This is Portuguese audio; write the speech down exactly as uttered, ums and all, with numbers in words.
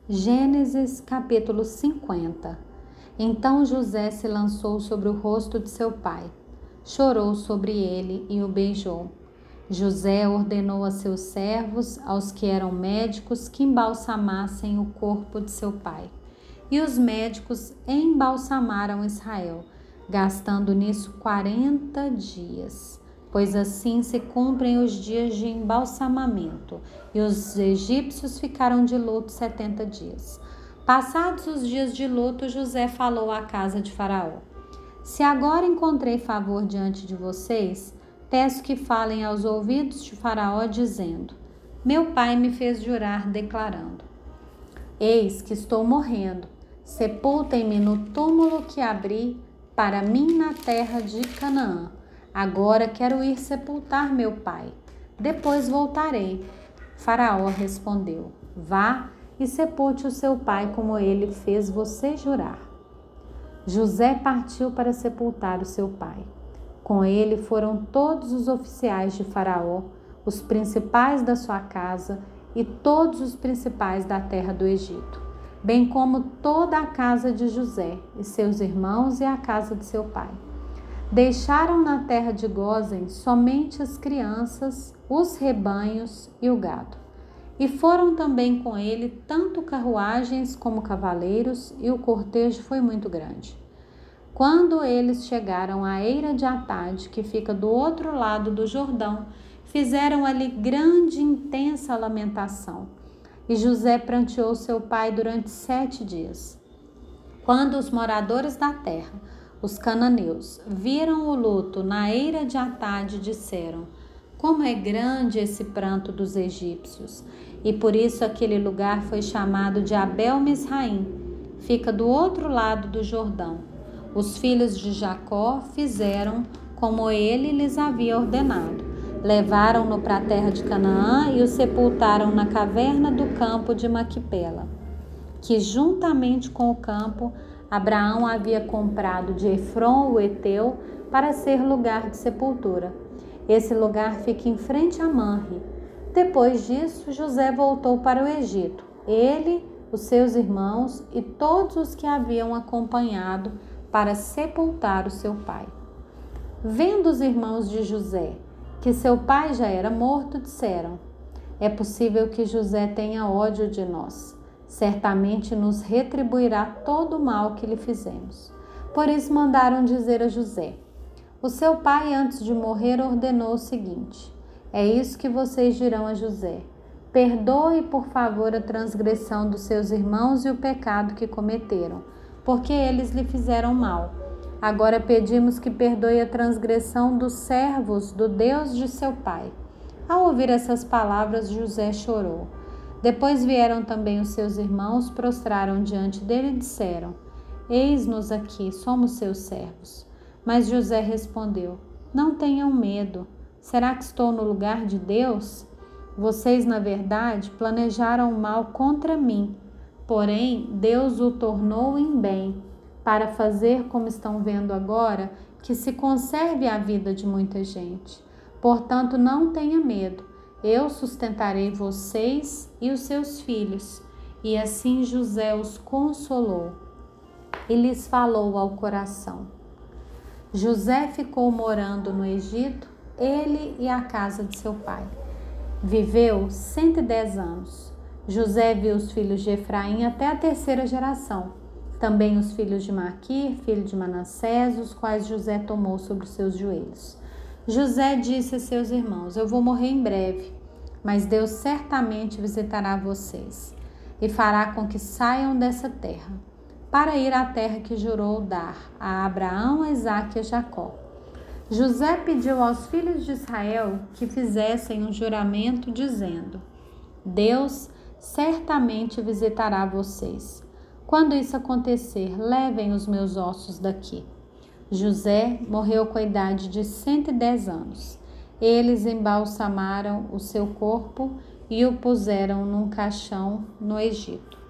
Gênesis capítulo cinquenta. Então José se lançou sobre o rosto de seu pai, chorou sobre ele e o beijou. José ordenou a seus servos, aos que eram médicos, que embalsamassem o corpo de seu pai. E os médicos embalsamaram Israel, gastando nisso quarenta dias. Pois assim se cumprem os dias de embalsamamento, e os egípcios ficaram de luto setenta dias. Passados os dias de luto, José falou à casa de Faraó: Se agora encontrei favor diante de vocês, peço que falem aos ouvidos de Faraó, dizendo: Meu pai me fez jurar, declarando: Eis que estou morrendo, sepultem-me no túmulo que abri para mim na terra de Canaã. Agora quero ir sepultar meu pai, depois voltarei. Faraó respondeu: Vá e sepulte o seu pai como ele fez você jurar. José partiu para sepultar o seu pai. Com ele foram todos os oficiais de Faraó, os principais da sua casa e todos os principais da terra do Egito, bem como toda a casa de José e seus irmãos e a casa de seu pai. Deixaram na terra de Gósen somente as crianças, os rebanhos e o gado. E foram também com ele tanto carruagens como cavaleiros, e o cortejo foi muito grande. Quando eles chegaram à eira de Atade, que fica do outro lado do Jordão, fizeram ali grande e intensa lamentação. E José pranteou seu pai durante sete dias. Quando os moradores da terra, os cananeus, viram o luto na eira de Atade, disseram: Como é grande esse pranto dos egípcios! E por isso aquele lugar foi chamado de Abel-Misraim, fica do outro lado do Jordão. Os filhos de Jacó fizeram como ele lhes havia ordenado. Levaram-no para a terra de Canaã e o sepultaram na caverna do campo de Maquipela, que juntamente com o campo Abraão havia comprado de Efron o Eteu para ser lugar de sepultura. Esse lugar fica em frente a Manre. Depois disso, José voltou para o Egito, ele, os seus irmãos e todos os que haviam acompanhado para sepultar o seu pai. Vendo os irmãos de José que seu pai já era morto, disseram: É possível que José tenha ódio de nós. Certamente nos retribuirá todo o mal que lhe fizemos. Por isso mandaram dizer a José: O seu pai, antes de morrer, ordenou o seguinte: É isso que vocês dirão a José: Perdoe, por favor, a transgressão dos seus irmãos e o pecado que cometeram, porque eles lhe fizeram mal. Agora pedimos que perdoe a transgressão dos servos do Deus de seu pai. Ao ouvir essas palavras, José chorou. Depois vieram também os seus irmãos, prostraram diante dele e disseram: Eis-nos aqui, somos seus servos. Mas José respondeu: Não tenham medo. Será que estou no lugar de Deus? Vocês, na verdade, planejaram o mal contra mim. Porém, Deus o tornou em bem, para fazer, como estão vendo agora, que se conserve a vida de muita gente. Portanto, não tenha medo. Eu sustentarei vocês e os seus filhos. E assim José os consolou e lhes falou ao coração. José ficou morando no Egito, ele e a casa de seu pai. Viveu cento e dez anos. José viu os filhos de Efraim até a terceira geração. Também os filhos de Maquir, filho de Manassés, os quais José tomou sobre os seus joelhos. José disse a seus irmãos: Eu vou morrer em breve, mas Deus certamente visitará vocês e fará com que saiam dessa terra, para ir à terra que jurou dar a Abraão, a Isaque e a Jacó. José pediu aos filhos de Israel que fizessem um juramento, dizendo: Deus certamente visitará vocês. Quando isso acontecer, levem os meus ossos daqui. José morreu com a idade de cento e dez anos. Eles embalsamaram o seu corpo e o puseram num caixão no Egito.